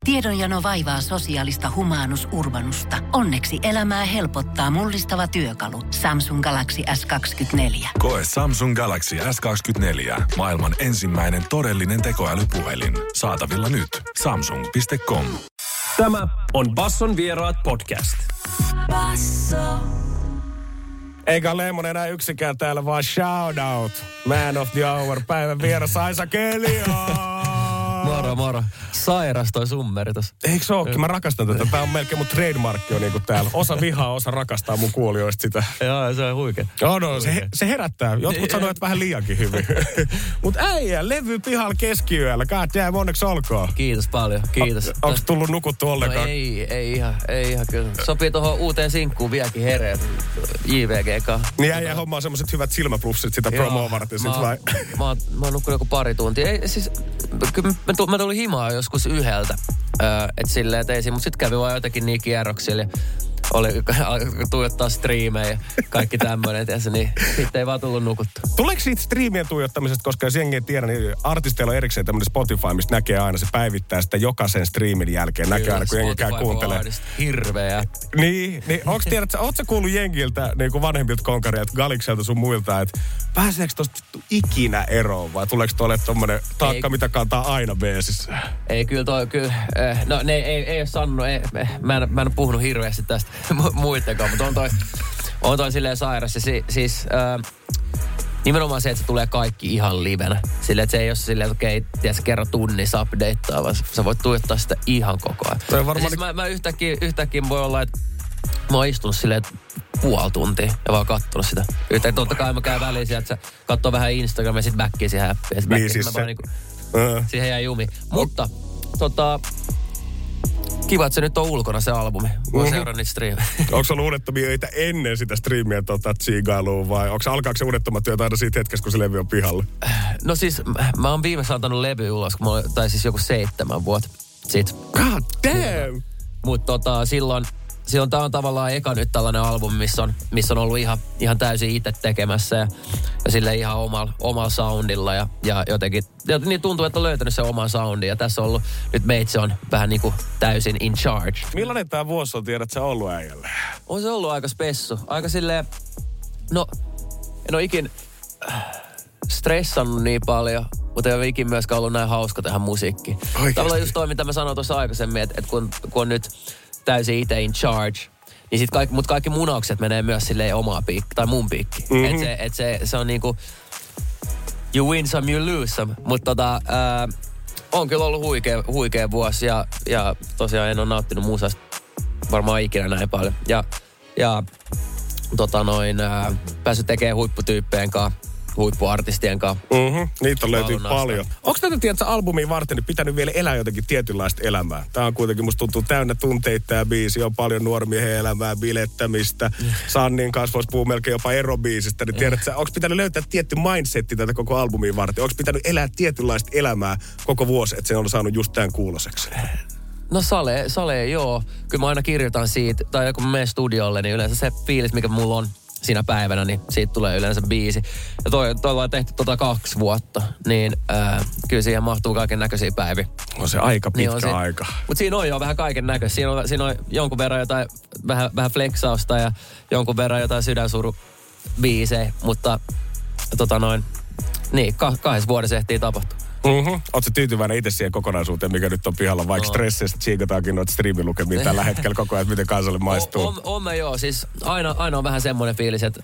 Tiedonjano vaivaa sosiaalista humanus urbanusta. Onneksi elämää helpottaa mullistava työkalu. Samsung Galaxy S24. Koe Samsung Galaxy S24. Maailman ensimmäinen todellinen tekoälypuhelin. Saatavilla nyt. Samsung.com. Tämä on Basson vieraat podcast. Basso. Eikä Lemmonen enää yksikään täällä, vaan shout out. Man of the hour, päivän vieras Aisa Kelio. Moro. Sairas toi summeri tossa. Eikö se ookin? Mä rakastan tätä. Tää on melkein mun trademarkki on niinku täällä. Osa vihaa, osa rakastaa mun kuulijoista sitä. Joo, se on huikea. No, se herättää. Jotkut sanoo, että vähän liiankin hyvin. Mut äijä, levy pihalla keskiyöllä. God damn, onneksi olkoon. Kiitos paljon, kiitos. Onks tullut nukuttu ollenkaan? No ei ihan kyllä. Sopii tohon uuteen sinkkuun vieläkin hereet JVG:kaan. Niin äijä hommaa semmoset hyvät silmäplussit sitä promoa varten. Mä oon nukkunut joku pari tuntia. Ei, siis, kyllä mä tulin himaa joskus yhdeltä. Et silleen teisin, mut sit kävi vaan jotenkin niin kierroksilla. Oli tuijottaa striimejä ja kaikki tämmöinen, niin sitten ei vaan tullut nukuttua. Tuleeko siitä striimien tuijottamisesta, koska jos jengi ei tiedä, niin artisteilla on erikseen tämmöinen Spotify, mistä näkee aina, se päivittää sitä jokaisen striimin jälkeen. Näkee aina, kun jengi käy kuuntelee. Hirveä. Niin ootko sä kuullut jengiltä, niin kuin vanhemmilta konkareilta, Galikselta sun muilta, että pääseekö tosta ikinä eroon vai tuleeko tuolle tommonen taakka, mitä kantaa aina beesissä? Ei, kyllä no ne ei ole sanonut, mä en ole puhunut hirveästi tästä muittenkaan, mutta on toi silleen sairas. Ja siis nimenomaan se, että se tulee kaikki ihan livenä. Silleen, että se ei ole silleen, että okei, tiedätkö, kerran tunnissa updateaa, vaan sä voit tuijottaa sitä ihan koko ajan. Varmaan siis mä yhtäkkiä voi olla, että mä oon istunut silleen, puoli tuntia ja vaan kattonut sitä. Yhtäkkiä totta kai mä käyn väliin sieltä, että sä katsoo vähän Instagramia ja sit backiin siihen appiin. Niin siis se. Siihen jää jumi. Mutta kiva, että se nyt on ulkona se albumi. Mä seuraan niitä striimejä. Onko se ollut uudettomia öitä ennen sitä striimiä tsiigailua vai alkaako se uudettomat työt aina siitä hetkestä, kun se levy on pihalla? No siis mä oon viimeksi antanut levy ulos, tai siis joku 7 vuotta sitten. God damn! Mutta silloin tää on tavallaan eka nyt tällainen albumi, missä on ollut ihan täysin itse tekemässä ja sille ihan omalla soundilla ja jotenkin niin tuntuu, että on löytänyt se oman soundin ja tässä on ollut, nyt meitsi on vähän niin kuin täysin in charge. Millainen tää vuosi on, tiedät sä ollut äijälle? On se ollut aika spessu, aika silleen, no en ole ikin stressannut niin paljon, mutta ei ole ikin myöskään ollut näin hauska tehdä musiikkiin. Oikeasti. Tavallaan just toi, mitä mä sanoin tuossa aikaisemmin, että kun on nyt täysin itse in charge, niin sit kaikki munaukset menee myös silleen omaa piikki, tai mun piikki. Mm-hmm. Se on niinku, you win some, you lose some. Mutta on kyllä ollut huikea vuosi, ja tosiaan en ole nauttinut musasta varmaan ikinä näin paljon. Ja päässyt tekemään huipputyyppien kanssa, huippuartistien kanssa. Niitä löytyy paljon. Onko tätä, tiedätkö, albumia varten niin pitänyt vielä elää jotenkin tietynlaista elämää? Tämä on kuitenkin, musta tuntuu täynnä tunteita ja biisi. On paljon nuormiehen elämää, bilettämistä. Sannin kanssa voisi puhua melkein jopa erobiisistä. Niin tiedätkö, onko pitänyt löytää tietty mindsetti tätä koko albumia varten? Onko pitänyt elää tietynlaista elämää koko vuosi, että se on saanut just tämän kuuloseksi? No sale, joo. Kyllä mä aina kirjoitan siitä, tai kun mä menen studiolle, niin yleensä se fiilis, mikä mulla on siinä päivänä, niin siitä tulee yleensä biisi. Ja toi on tehty 2 vuotta, niin kyllä siihen mahtuu kaiken näköisiä päiviä. On se aika pitkä aika. Mutta siinä on jo vähän kaiken näköistä. Siinä on jonkun verran jotain vähän flexausta ja jonkun verran jotain sydänsurubiisejä, mutta niin, 2 vuodessa ehtii tapahtua. Ootko tyytyväinen itse siihen kokonaisuuteen, mikä nyt on pihalla, vaikka stressissä tsiikataan noita striimilukemia tällä hetkellä koko ajan, että miten kansalle maistuu? On joo, siis aina on vähän semmoinen fiilis, että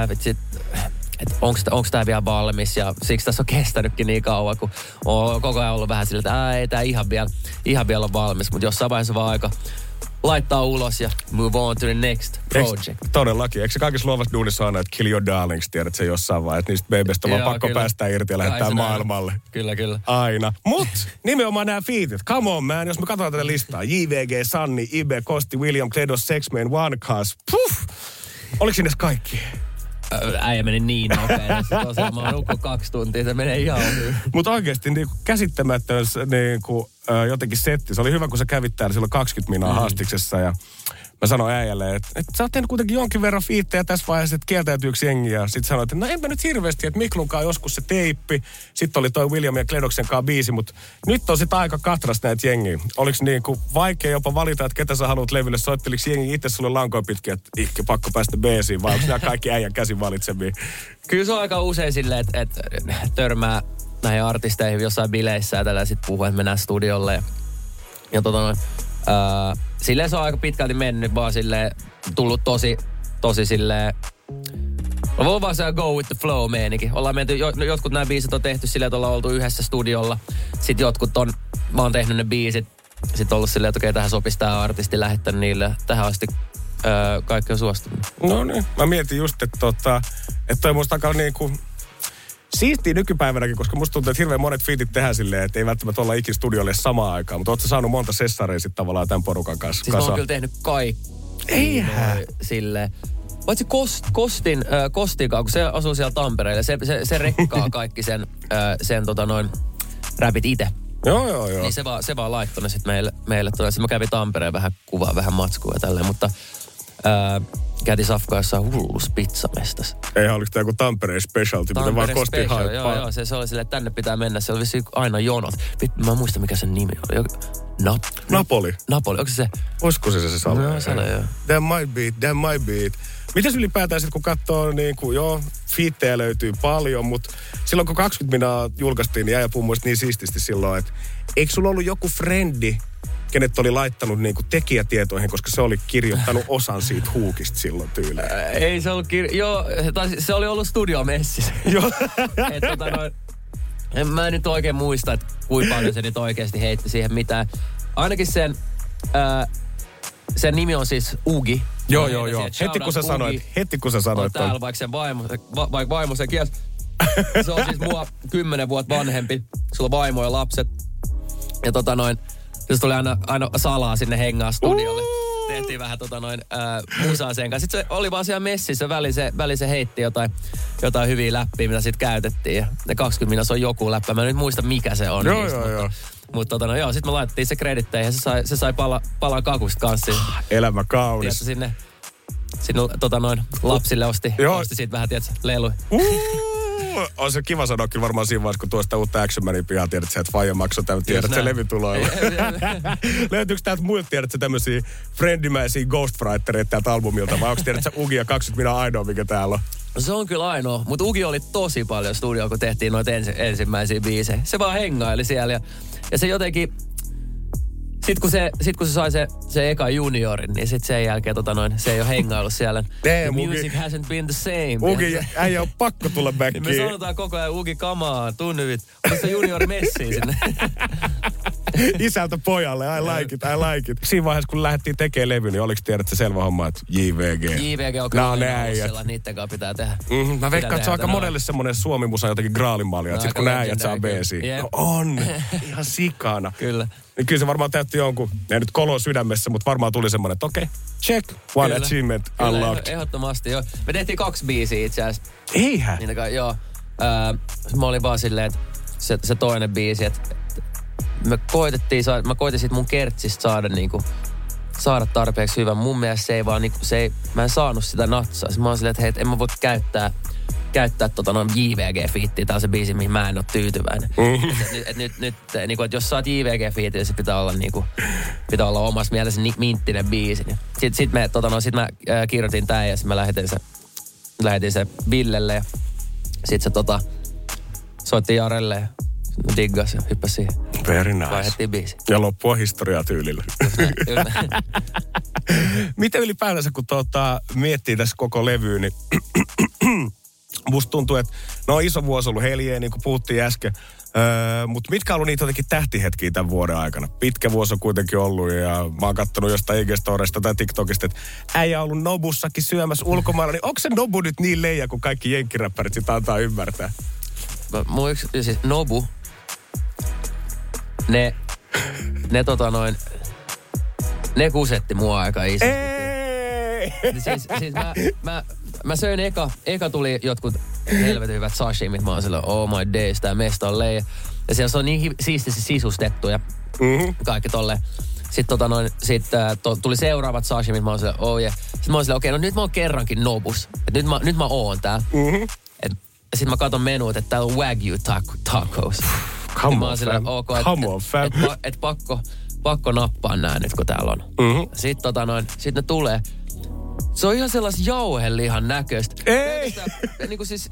onko tämä vielä valmis ja siksi tässä on kestänytkin niin kauan, kun on koko ajan ollut vähän sillä, että ei tämä ihan vielä ole valmis, mutta jossain vaiheessa vaan aika laittaa ulos ja move on to the next project. Todellakin. Eikö se kaikissa luovassa duunissa aina, että kill your darlings, tiedät se jossain vaiheessa, että niistä babystä vaan pakko päästää irti ja lähettää maailmalle. Kyllä. Aina. Mut nimenomaan nämä featit. Come on man, jos me katsotaan tätä listaa. JVG, Sanni, Ibe, Kosti, William, Kledos, Sexman, One Cuz. Puff! Oliko sinne kaikki? Äijä meni niin nopeasti. Tosiaan mä oon nukkunut 2 tuntia, se menee ihan hyvin. Mutta oikeasti niin käsittämätön niin jotenkin setti. Se oli hyvä, kun sä kävit täällä silloin 20 minaa haastiksessa ja mä sanoin äijälle, että sä oot tehnyt kuitenkin jonkin verran fiittejä tässä vaiheessa, että kieltäytyykö jengi. Ja sit sanoit, että no enpä nyt hirveästi, että Miklunkaan joskus se teippi. Sitten oli toi William ja Kledoksen kanssa biisi, mutta nyt on sit aika katras näitä jengiä. Oliko niin kuin vaikea jopa valita, että ketä sä haluat levylle? Soitteliko jengi itse sulle lankoja pitkin, että ihke pakko päästä beesiin, vai onko nämä kaikki äijän käsin valitsemia? Kyllä se on aika usein silleen, että törmää näihin artisteihin jossain bileissä ja tällä sit puhuu, että mennään studiolle. Ja silleen se on aika pitkälti mennyt, vaan silleen tullut tosi silleen, no voi vaan se go with the flow -meininki. Ollaan menty, jotkut nämä biisit on tehty silleen, että ollaan oltu yhdessä studiolla. Sitten jotkut mä oon tehnyt ne biisit. Sitten ollut silleen, että okei, tähän sopisi tää artisti, lähettänyt niille. Tähän asti kaikki on suostunut. No niin, mä mietin just, että toi musta alkaa niinku siistiä nykypäivänäkin, koska musta tuntuu, että hirveän monet fiitit tehdään silleen, että ei välttämättä olla ikin studiolle samaan aikaan. Mutta ootko sä saanut monta sessareja sitten tavallaan tämän porukan kanssa? Siis mä oon kyllä tehnyt kaikki. Eihän. Silleen. Paitsi Kostinkaan, kun se asuu siellä Tampereella. Se rekkaa kaikki sen räpit itse. Joo. Niin se vaan laittoi ne sitten meille. Sitten mä kävin Tampereen vähän kuvaa, vähän matskua ja tälleen, mutta käytiin safkaa jossain hullus pizzamestassa. Ei, oliko tämä joku Tampereen specialty, mitä vaan Kostin haippaa? Joo, se oli silleen, että tänne pitää mennä. Se oli vissiin aina jonot. Mä en muista, mikä sen nimi oli. Napoli. Onko se? Olisiko se sano? No, sano joo. Damn my beat. Mitäs ylipäätään sitten, kun katsoo, niin kuin, fiittejä löytyy paljon, mutta silloin kun 20 minaa julkaistiin, niin jäi mun mielestä niin siististi silloin, että eikö sulla ollut joku frendi, kenet oli laittanut niin kuin tekijätietoihin, koska se oli kirjoittanut osan siitä huukista silloin tyyliin? Ei se ollut se oli ollut studiomessissä. Joo. Mä en nyt oikein muista, että kuinka paljon se nyt oikeasti heitti siihen mitään. Ainakin sen nimi on siis Ugi. Joo. Heti kun sä sanoit. Täällä vaikka vaimo sen kielsi. Se on siis mua 10 vuotta vanhempi. Sulla on vaimo ja lapset. Ja se tuli aina salaa sinne hengaa studiolle. Tehtiin vähän musaa sen kanssa. Sitten se oli vaan siellä messissä. Väli se heitti jotain hyviä läppiä, mitä sitten käytettiin. Ja ne 20 minuuttia on joku läppä. Mä en nyt muista, mikä se on. Joo. Mutta sitten me laitettiin se kreditteihin ja se sai palan kakusta kanssa. Elämä kaunis. Sinne lapsille osti siitä vähän, tiedätkö, lelui. On se kiva sanoa kyllä varmaan siinä vaiheessa, kun tuosta uutta Action Manin pihaa, tiedät sä, että faija maksoi tämän, tiedät sä levytuloilla. Löytyykö täältä muilta, tiedät sä, tämmöisiä friendimäisiä ghostwritereita täältä albumilta, vai onko tiedät sä Ugi ja 20 minä ainoa, mikä täällä on? Se on kyllä ainoa, mutta Ugi oli tosi paljon studiolla, kun tehtiin noita ensimmäisiä biisejä. Se vaan hengaili siellä ja se jotenkin, sit kun se sai se eka juniorin, niin sit sen jälkeen se ei ole hengaillut siellä. The music hasn't been the same. Ugi, äijä on pakko tulla backiin. Me sanotaan koko ajan, Ugi, come on, tuu nyt. Onko se juniori messiin sinne? Isältä pojalle, I like it. Siinä vaiheessa, kun lähdettiin tekemään levy, niin oliko tiedät se selvä homma, että JVG? JVG on kyllä aina niitten kanssa pitää tehdä. Mä veikkaan, että se on aika monelle semmoinen Suomi-musa jotenkin graalinmallia, että sit kun nää äijät saa beesiin. Yeah. No on, ihan sikana. Kyllä. Niin kyllä se varmaan täytti jonkun, ei nyt kolo sydämessä, mutta varmaan tuli semmoinen, että okei, check, one kyllä. Achievement unlocked. Kyllä, ehdottomasti, joo. Me tehtiin 2 biisiä itse asiassa. Eihän? Joo. Mä olin vaan silleen, että se toinen biisi, että mä koitin sit mun kertsistä saada tarpeeksi hyvän. Mun mielestä se ei vaan mä en saanut sitä natsaa. Mä oon silleen, että hei, en mä voi käyttää JVG-fiittiä. Tää on se biisi, mihin mä en oo tyytyväinen. Että jos saat JVG-fiittiä, se pitää olla omassa mielessä minttinen biisi. Sit mä kirjoitin tän ja sit mä lähetin se Villelle ja sit se soitti Jarelle ja diggas ja hyppäsi siihen. Very nice. Vaihdettiin biisi. Ja loppua historiaa tyylillä. Miten ylipäätänsä, kun miettii tässä koko levyä, niin musta tuntuu, että iso vuosi ollut Helje, niin kuin puhuttiin äsken. Mutta mitkä on ollut niitä jotenkin tähtihetkiä tämän vuoden aikana? Pitkä vuosi on kuitenkin ollut ja mä oon kattonut jostain IG-storesta tai TikTokista, että äijä on ollut Nobussakin syömässä ulkomailla. Niin onko se Nobu nyt niin leija, kuin kaikki jenkkiräppärit sitä antaa ymmärtää? Siis Nobu, ne kusetti mua aika isosti. Siis mä söin eka tuli jotkut helvetin hyvät sashimit. Mä oon silloin, oh my days, tää mesta on leija. Ja siellä se on niin siististi sisustettu. Ja kaikki tolleen. Sitten tuli seuraavat sashimit, mä oon silleen, oh yeah. Sitten mä oon silleen, okei, no nyt mä oon kerrankin nobus. Nyt mä oon täällä. Sitten mä katon menuut, että täällä on Wagyu tacos. Come on, fam. Pakko nappaa nää nyt, kun täällä on. Sitten sit ne tulee. Se on ihan sellais jauhelihan näköistä. Ei! Niinku siis,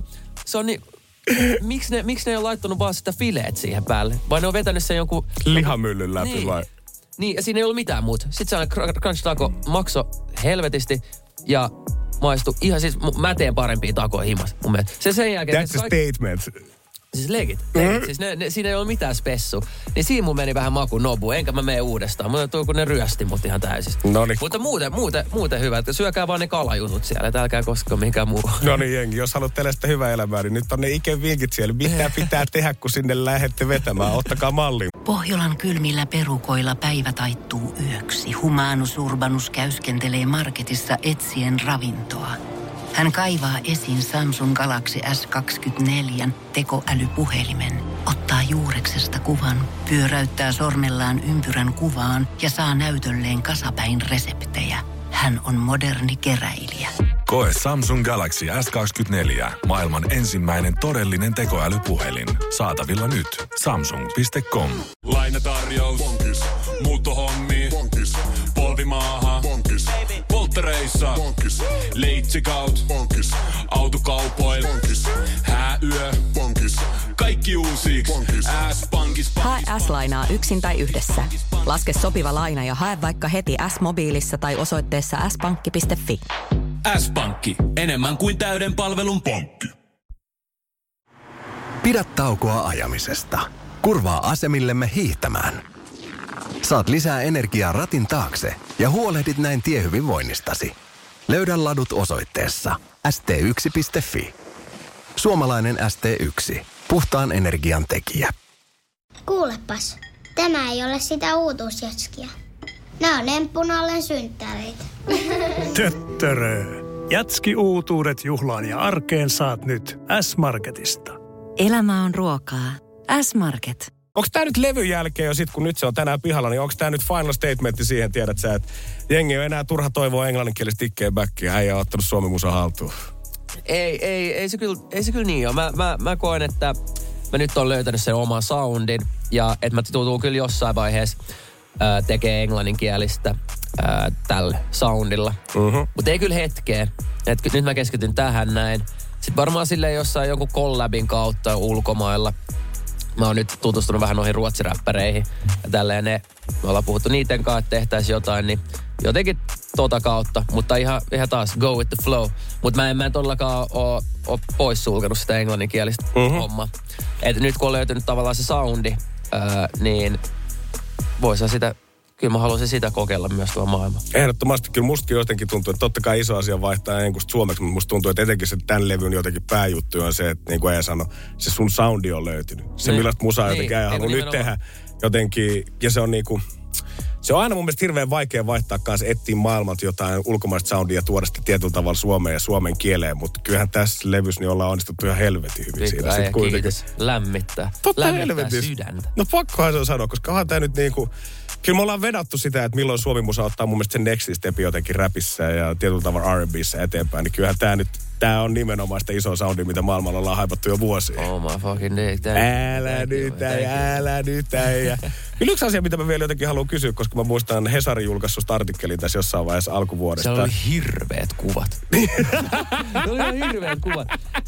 miksi ne ei ole laittanut vaan sitä fileet siihen päälle? Vai ne on vetänyt sen jonkun... Lihamyllyn läpi vai? Niin, ja siinä ei ollut mitään muuta. Sitten sellainen crunch taco maksoi helvetisti ja maistui ihan siis, mä teen parempia takoja himas mun mielestä. Sen jälkeen... That's a statement. Siis legit. Siis siinä ei ole mitään spessu. Niin siinä mun meni vähän maku nobu, enkä mä mene uudestaan. Mutta tuo kun ne ryösti mut ihan täysin. Noniin. Mutta muuten hyvä. Että syökää vaan ne kalajutut siellä, et älkää koskaan mihinkään muu. No niin jengi, jos haluat tehdä sitä hyvää elämää, niin nyt on ne ikävinkit siellä. Mitä pitää tehdä, kun sinne lähdette vetämään? Ottakaa malli. Pohjolan kylmillä perukoilla päivä taittuu yöksi. Humanus Urbanus käyskentelee marketissa etsien ravintoa. Hän kaivaa esiin Samsung Galaxy S24 tekoälypuhelimen, ottaa juureksesta kuvan, pyöräyttää sormellaan ympyrän kuvaan ja saa näytölleen kasapäin reseptejä. Hän on moderni keräilijä. Koe Samsung Galaxy S24. Maailman ensimmäinen todellinen tekoälypuhelin. Saatavilla nyt. Samsung.com. Lainatarjous. Bonkis. Muuttohommi. Bonkis. Polvimaaha. Bonkis. Polttereissa. Bonkis. Leitsikaut. Bonkis. Autokaupoil. Bonkis. Hääyö. Bonkis. Kaikki uusiiksi. S-pankis. Hae S-lainaa yksin tai yhdessä. Laske sopiva laina ja hae vaikka heti S-mobiilissa tai osoitteessa s-pankki.fi. S-pankki. Enemmän kuin täyden palvelun pankki. Pidä taukoa ajamisesta. Kurvaa asemillemme hiihtämään. Saat lisää energiaa ratin taakse ja huolehdit näin tiehyvinvoinnistasi. Löydä ladut osoitteessa st1.fi. Suomalainen ST1. Puhtaan energian tekijä. Kuulepas, tämä ei ole sitä uutuusjatskia. Nämä on emppunallen synttäreitä. Töttörö. Jatski-uutuudet juhlaan ja arkeen saat nyt S-Marketista. Elämä on ruokaa. S-Market. Onko tää nyt levyn jälkeen jo sit, kun nyt se on tänään pihalla, niin onko tää nyt final statementti siihen, tiedät sä, että jengi on enää turha toivoa englanninkielistä tikkeen backia, äijä on ottanut Suomen musa haltuun? Ei se kyllä niin ole. Mä koen, että mä nyt oon löytänyt sen oman soundin ja että mä tuun kyllä jossain vaiheessa tekee englanninkielistä tällä soundilla. Mutta ei kyllä hetkeen. Nyt mä keskityn tähän näin. Sitten varmaan silleen jossain jonkun collabin kautta ulkomailla. Mä oon nyt tutustunut vähän noihin ruotsiräppäreihin. Ja tälleen me ollaan puhuttu niiden kanssa, että tehtäisiin jotain, niin jotenkin tota kautta. Mutta ihan taas go with the flow. Mutta mä en todellakaan oo poissulkenut sitä englanninkielistä hommaa. Et nyt kun on löytynyt tavallaan se soundi, niin voisihan sitä... Kyllä mä haluaisin sitä kokeilla myös tuolla maailmalla. Ehdottomasti. Kyllä mustakin jotenkin tuntuu, että totta kai iso asia vaihtaa enkusta suomeksi, mutta musta tuntuu, että etenkin se tämän levyn jotenkin pääjuttu on se, että niin kuin Eija sanoi, se sun soundi on löytynyt. Se millaista musaa jotenkin Eija haluaa nyt tehdä jotenkin, ja se on niinku... Se on aina mun mielestä hirveän vaikea vaihtaa kanssa etsiä maailmalta jotain ulkomaista soundia ja tuoda sitä tietyllä tavalla suomeen ja suomen kieleen, mutta kyllähän tässä levyssä niin ollaan onnistuttu ihan helvetin hyvin siinä. Sitten kuitenkin lämmittää. Totta lämmittää sydäntä. No pakkohan se on sanoa, koska onhan tää nyt niinku... Kyllä me ollaan vedattu sitä, että milloin Suomi-musa ottaa mun mielestä sen next stepi jotenkin räpissä ja tietyllä tavalla R&B:ssä eteenpäin, niin kyllähän tää on nimenomaan sitä isoa soundia, mitä maailmalla ollaan haipattu jo vuosia. Oh my fucking day. Älä nyt äijä. Kyllä yksi asia, mitä mä vielä jotenkin haluan kysyä, koska mä muistan Hesarin julkaisusta artikkelin tässä jossain vaiheessa alkuvuodesta. Se oli hirveät kuvat. Se oli ihan hirveät kuvat.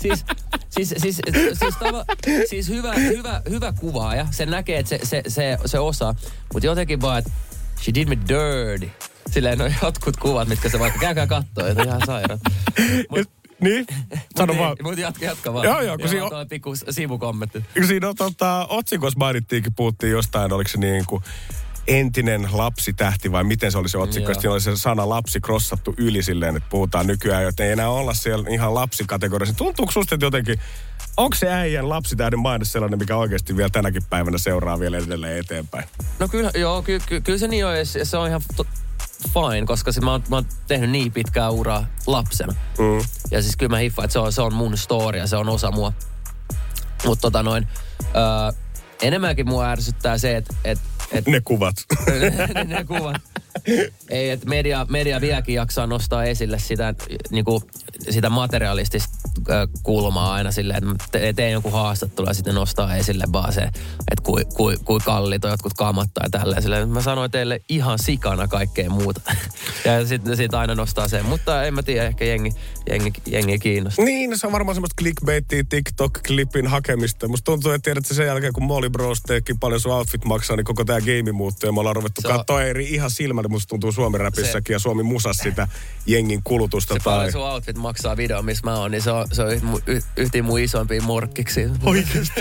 Siis hyvä kuvaaja. Sen näkee, että se osaa. Mutta jotenkin vaan, että she did me dirty. Silleen on jotkut kuvat, mitkä se vaikka käykää kattoo, että ihan sairaat. Niin? Sano vaan. Mutta jatka vaan. Joo, kun siinä on pikku sivukommentti. Siinä on otsikossa mainittiinkin, puhuttiin jostain, oliko se niin kuin entinen lapsitähti vai miten se oli se otsikko. Siinä oli se sana lapsi krossattu yli silleen, että puhutaan nykyään, jotta ei enää olla siellä ihan lapsikategoriassa. Tuntuuko susta, että jotenkin, onko se äijän lapsitähden maine sellainen, mikä oikeasti vielä tänäkin päivänä seuraa vielä edelleen eteenpäin? No kyllä se niin on, se on ihan fine, koska mä oon tehnyt niin pitkää uraa lapsena. Ja siis kyllä mä hiffaan, että se on mun story ja se on osa mua. Mutta enemmänkin mua ärsyttää se, että Ne kuvat. ne kuvat. Ei, että media vieläkin jaksaa nostaa esille sitä, niinku, sitä materialistista kulmaa aina silleen, että teen jonkun haastattelu ja sitten nostaa esille vaan se, että kui kalliit on jotkut kamat tai tälleen. Silleen, mä sanoin teille ihan sikana kaikkea muuta. Ja sitten siitä aina nostaa sen, mutta en mä tiedä, ehkä jengi kiinnostaa. Niin, se on varmaan semmoista clickbaittia, TikTok-klipin hakemista. Musta tuntuu, että tiedätkö sen jälkeen, kun Molly Bros teki paljon sun outfit maksaa, niin koko tää game muuttuu. Ja me ollaan ruvettu katsoa eri ihan silmällä, musta tuntuu Suomi-räpissäkin ja Suomi musas sitä jengin kulutusta. Se paljon sun outfit maksaa video, missä mä oon, niin se on yhtiin mun isompia morkkiksi. Oikeesti?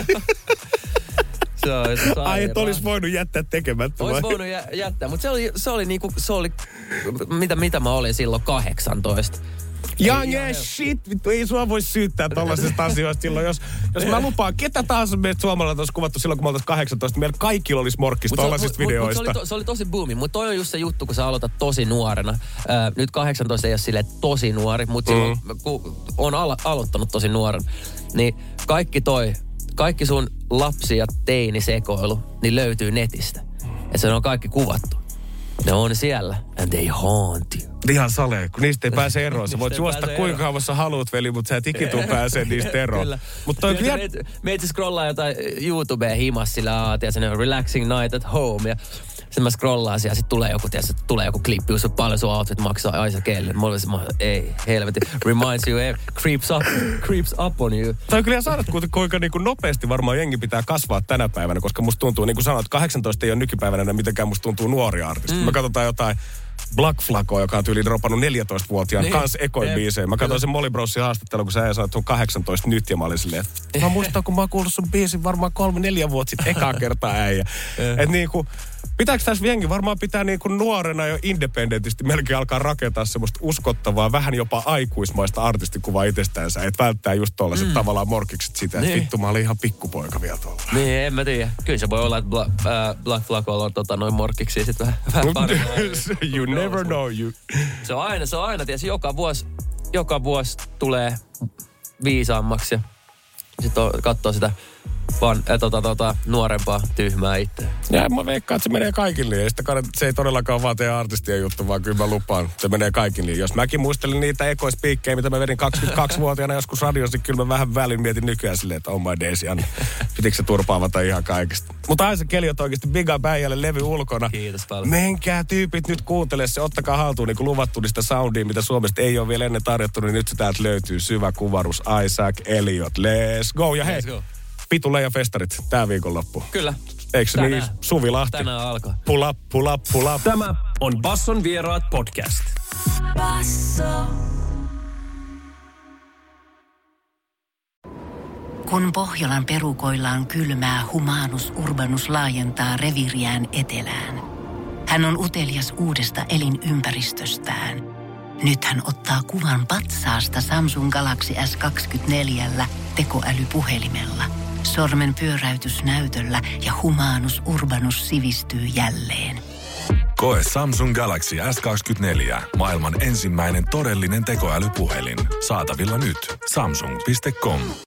Ai, et olis voinut jättää tekemättä. Olis voinut jättää, mutta se oli mitä mä olin silloin 18. Young as shit, vittu, ei sua voi syyttää tollasista asioista silloin, jos mä lupaan, ketä taas meistä suomalaisista olisi kuvattu silloin, kun me oltaisiin 18, meillä kaikilla olisi morkkista tollasista videoista. Se oli tosi boomi, mutta toi on just se juttu, kun sä aloitat tosi nuorena. Nyt 18 ei ole silleen tosi nuori, mutta silloin, kun on aloittanut tosi nuorena, niin kaikki sun lapsi- ja teinisekoilu, niin löytyy netistä. Ja se on kaikki kuvattu. Ne on siellä. And they haunt you. Ihan salee, kun niistä ei pääse eroon. Sä voit juosta kuinka kauan sä haluat, veli, mutta sä et ikituu pääsee niistä eroon. Mutta meitä scrollaa jotain YouTubea himas sillä relaxing night at home. Ja sitten mä scrollaan siellä, sit tulee joku klippi, jossa paljon sun outfit maksaa Aisa Kelle. Mä olin ei, helvetti. Reminds you, creeps up on you. Tai kyllä saada kuinka niin kuin nopeasti varmaan jengi pitää kasvaa tänä päivänä, koska musta tuntuu, niin kuin sanoit, 18 ei ole nykypäivänä enää mitenkään, musta tuntuu nuoria artisti. Me katsotaan jotain Black Flagoa, joka on tyyliin dropannut 14-vuotiaan kans ekoin biisejä. Mä katsoin sen Molly Brosin haastattelun, kun sä sanoit, että on 18 nyt, ja mä olin silleen, että mä muistan, kun mä oon kuullut sun biisin varmaan 3-4 vuotta sitten ekaa kertaa äijä. Että niinku, pitääkö tässä jengi varmaan pitää niinku nuorena jo independentisti melkein alkaa rakentaa semmoista uskottavaa, vähän jopa aikuismaista artistikuvaa itsestäänsä, että välttää just tollaset tavallaan morkikset sitä, että vittu mä olin ihan pikkupoika vielä tuolla. Niin, en mä tiedä. Kyllä se voi olla, että Black Flagolla on noin morkkiksi sit vähän paremmin. You never know you. Se on aina, tietysti joka vuosi tulee viisaammaksi ja sitten katsoo sitä nuorempaa tyhmää itseä. Ja mä veikkaan, että se menee kaikille. Ja se ei todellakaan vaan tee artistien juttu, vaan kyllä mä lupaan, se menee kaikille. Jos mäkin muistelin niitä ekoispiikkejä, mitä mä vedin 22-vuotiaana joskus radiossa, kyllä mä vähän välin mietin nykyään silleen, että oh my days, Janne. Pitikö se turpaavata ihan kaikesta? Mutta Aisa Keliot oikeasti big up äijälle levy ulkona. Kiitos paljon. Menkää tyypit nyt kuuntele se, ottakaa haltuun niin kuin luvattu niistä soundia, mitä Suomesta ei ole vielä ennen tarjottu, niin nyt se täältä löytyy. Syvä kuvarus, Isaac Elliot. Let's go. Ja hei, Pitu Leija festarit tää viikonloppu. Kyllä. Eikö se niin? Suvi Lahti. Tänään alkaa. Pull up. Tämä on Basson vieraat podcast. Basso. Kun Pohjolan perukoillaan kylmää, Humanus Urbanus laajentaa reviiriään etelään. Hän on utelias uudesta elinympäristöstään. Nyt hän ottaa kuvan patsaasta Samsung Galaxy S24 tekoälypuhelimella. Sormen pyöräytys näytöllä ja Humanus Urbanus sivistyy jälleen. Koe Samsung Galaxy S24. Maailman ensimmäinen todellinen tekoälypuhelin. Saatavilla nyt. Samsung.com.